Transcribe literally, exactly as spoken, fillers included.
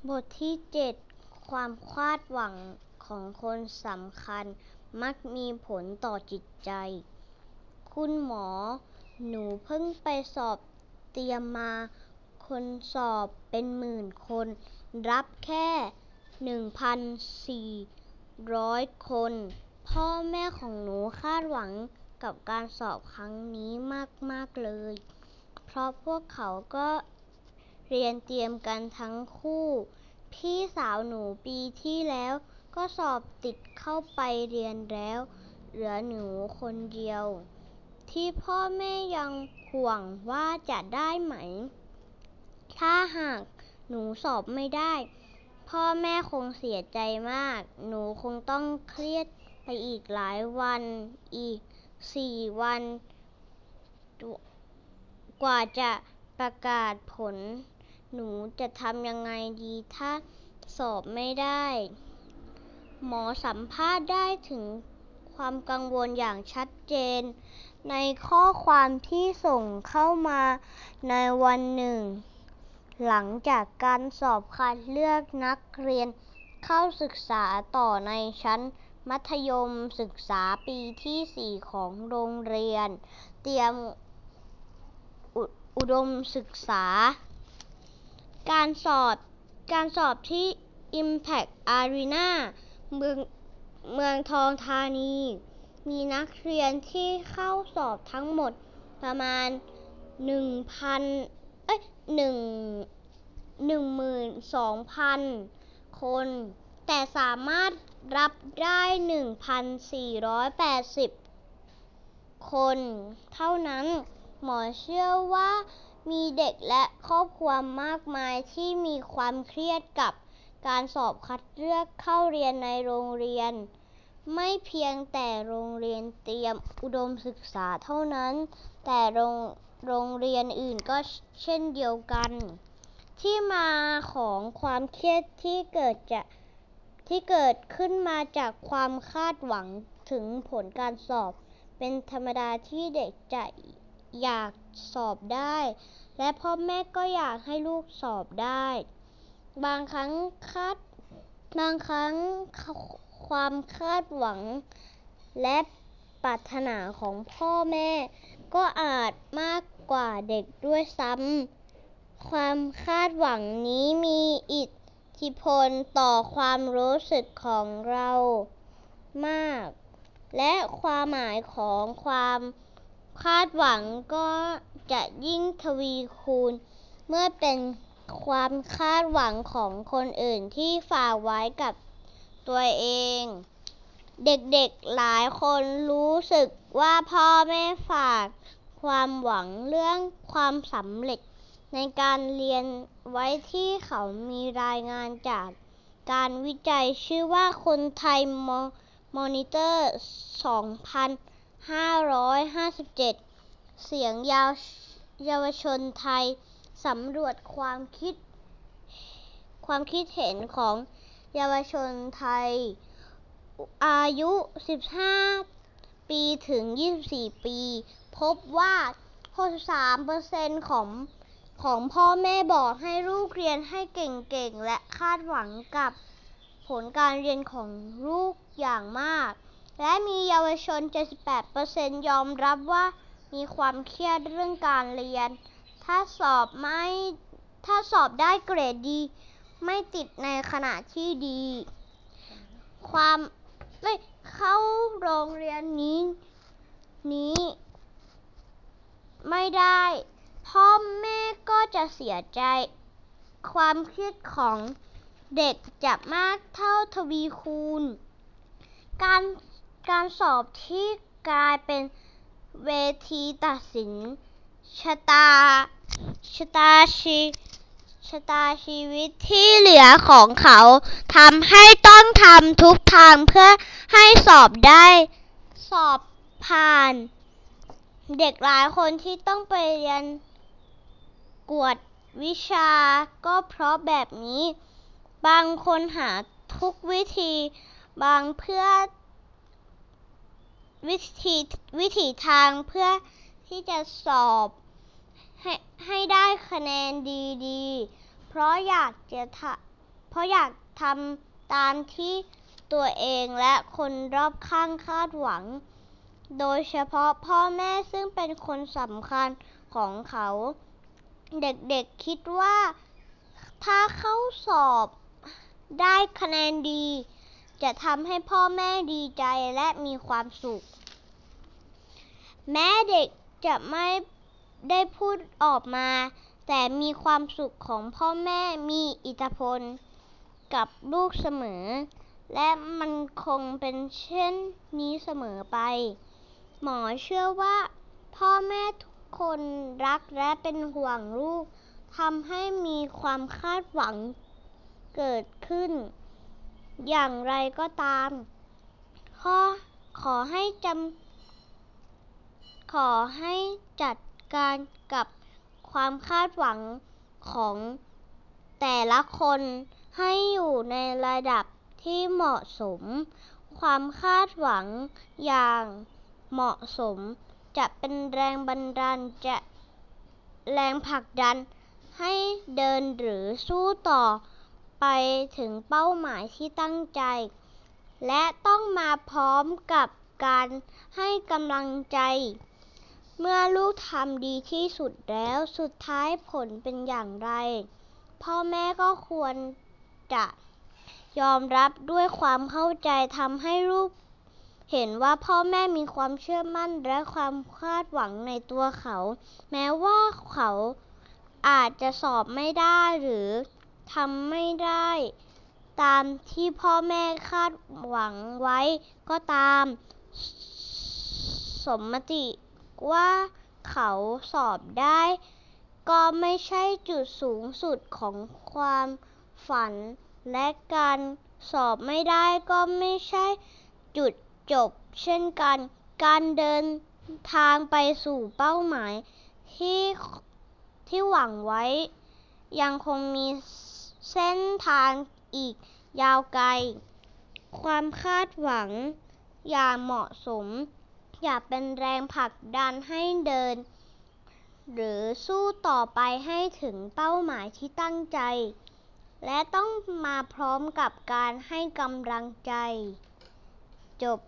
บทที่ เจ็ด ความคาดหวังของคนสำคัญมักมีผลต่อจิตใจ คุณหมอ หนูเพิ่งไปสอบเตรียมมา คนสอบเป็นหมื่นคน รับแค่ หนึ่งพันสี่ร้อย คน พ่อแม่ของหนูคาดหวังกับการสอบครั้งนี้มากๆเลย เพราะพวกเขาก็เรียนเตรียมกันทั้งคู่ พี่สาวหนูปีที่แล้วก็สอบติดเข้าไปเรียนแล้ว เหลือหนูคนเดียวที่พ่อแม่ยังห่วงว่าจะได้ไหม ถ้าหากหนูสอบไม่ได้ พ่อแม่คงเสียใจมาก หนูคงต้องเครียดไปอีกหลายวัน อีกสี่วัน กว่าจะประกาศผล หนูจะทำยังไงดีถ้าสอบไม่ได้ หมอสัมภาษณ์ได้ถึงความกังวลอย่างชัดเจนในข้อความที่ส่งเข้ามาในวันหนึ่ง หลังจากการสอบคัดเลือกนักเรียนเข้าศึกษาต่อในชั้นมัธยมศึกษาปีที่ สี่ ของโรงเรียนเตรียมอุดมศึกษา การสอบการสอบที่ Impact Arena เมืองเมืองทองธานี มีนักเรียนที่เข้าสอบทั้งหมดประมาณ หนึ่งพัน เอ้ย หนึ่ง หนึ่งหมื่นสองพัน คน แต่สามารถรับได้ หนึ่งพันสี่ร้อยแปดสิบ คนเท่านั้น หมอเชื่อว่ามีเด็กและครอบครัวมากมายที่มีความเครียดกับการสอบคัดเลือกเข้าเรียนในโรงเรียน ไม่เพียงแต่โรงเรียนเตรียมอุดมศึกษาเท่านั้น แต่โรงโรงเรียนอื่นก็เช่นเดียวกัน ที่มาของความเครียดที่เกิดจะที่เกิดขึ้นมาจากความคาดหวังถึงผลการสอบ เป็นธรรมดาที่เด็กจะอยากสอบได้ และพ่อแม่ก็อยากให้ลูกสอบได้ บางครั้งคาดบางครั้งความคาดหวังและปรารถนาของพ่อแม่ก็อาจมากกว่าเด็กด้วยซ้ำ ความคาดหวังนี้มีอิทธิพลต่อความรู้สึกของเรามาก และความหมายของความคาดหวังก็จะยิ่งทวีคูณเมื่อเป็นความคาดหวังของคนอื่นที่ฝากไว้กับตัวเอง เด็กๆหลายคนรู้สึกว่าพ่อแม่ฝากความหวังเรื่องความสำเร็จในการเรียนไว้ที่เขามีรายงานจากการวิจัยชื่อว่าคนไทยมอนิเตอร์ สองพันห้าร้อยห้าสิบเจ็ด เสียงเยาวชนไทยสำรวจความคิดความคิดเห็นของเยาวชนไทยอายุ สิบห้า ปีถึง ยี่สิบสี่ ปี พบว่า หกสิบสามเปอร์เซ็นต์ ของของพ่อแม่บอกให้ลูกเรียนให้เก่งๆ และคาดหวังกับผลการเรียนของลูกอย่างมาก และมีเยาวชน เจ็ดสิบแปดเปอร์เซ็นต์ ยอมรับว่ามีความเครียดเรื่องการเรียน ถ้าสอบไม่ถ้าสอบได้เกรดดี ไม่ติดในขณะที่ดี ความเข้าโรงเรียนนี้นี้ไม่ได้ พ่อแม่ก็จะเสียใจ ความเครียดของเด็กจะมากเท่าทวีคูณ การการสอบที่กลายเป็นเวทีตัดสินชะตาชะตาชีชะตาชีวิตที่เหลือของเขาทำให้ต้องทำทุกทางเพื่อให้สอบได้สอบผ่าน เด็กหลายคนที่ต้องไปเรียนกวดวิชาก็เพราะแบบนี้ บางคนหาทุกวิธีบางเพื่อวิธีวิถีทางเพื่อที่จะสอบให้ให้ได้คะแนนดีๆ เพราะอยากจะเพราะอยากทำตามที่ตัวเองและคนรอบข้างคาดหวังโดยเฉพาะพ่อแม่ซึ่งเป็นคนสำคัญของเขาเด็กๆคิดว่าถ้าเข้าสอบได้คะแนนดีจะทำให้พ่อแม่ดีใจและมีความสุขแม้เด็กจะไม่ได้พูดออกมาแต่มีความสุขของพ่อแม่มีอิทธิพลกับลูกเสมอและมันคงเป็นเช่นนี้เสมอไปหมอเชื่อว่าพ่อแม่ทุกคนรักและเป็นห่วงลูกทำให้มีความคาดหวังเกิดขึ้นอย่างไรก็ตามขอขอให้จำขอให้จัดการกับความคาดหวังของแต่ละคนให้อยู่ในระดับที่เหมาะสมความคาดหวังอย่างเหมาะสมจะเป็นแรงบันดาลจะแรงผลักดันให้เดินหรือสู้ต่อไปถึงเป้าหมายที่ตั้งใจและต้องมาพร้อมกับการให้กำลังใจเมื่อลูกทำดีที่สุดแล้วสุดท้ายผลเป็นอย่างไรพ่อแม่ก็ควรจะยอมรับด้วยความเข้าใจทำให้ลูกเห็นว่าพ่อแม่มีความเชื่อมั่นและความคาดหวังในตัวเขาแม้ว่าเขาอาจจะสอบไม่ได้หรือทำไม่ได้ตามที่พ่อแม่คาดหวังไว้ก็ตามสมมติว่าเขาสอบได้ก็ไม่ใช่จุดสูงสุดของความฝันและการสอบไม่ได้ก็ไม่ใช่จุดจบเช่นกันการเดินทางไปสู่เป้าหมายที่ที่หวังไว้ยังคงมีเส้นทางอีกยาวไกลความคาดหวังอย่างเหมาะสมอย่าเป็นแรงผลักดันให้เดินหรือสู้ต่อไปให้ถึงเป้าหมายที่ตั้งใจและต้องมาพร้อมกับการให้กำลังใจจบ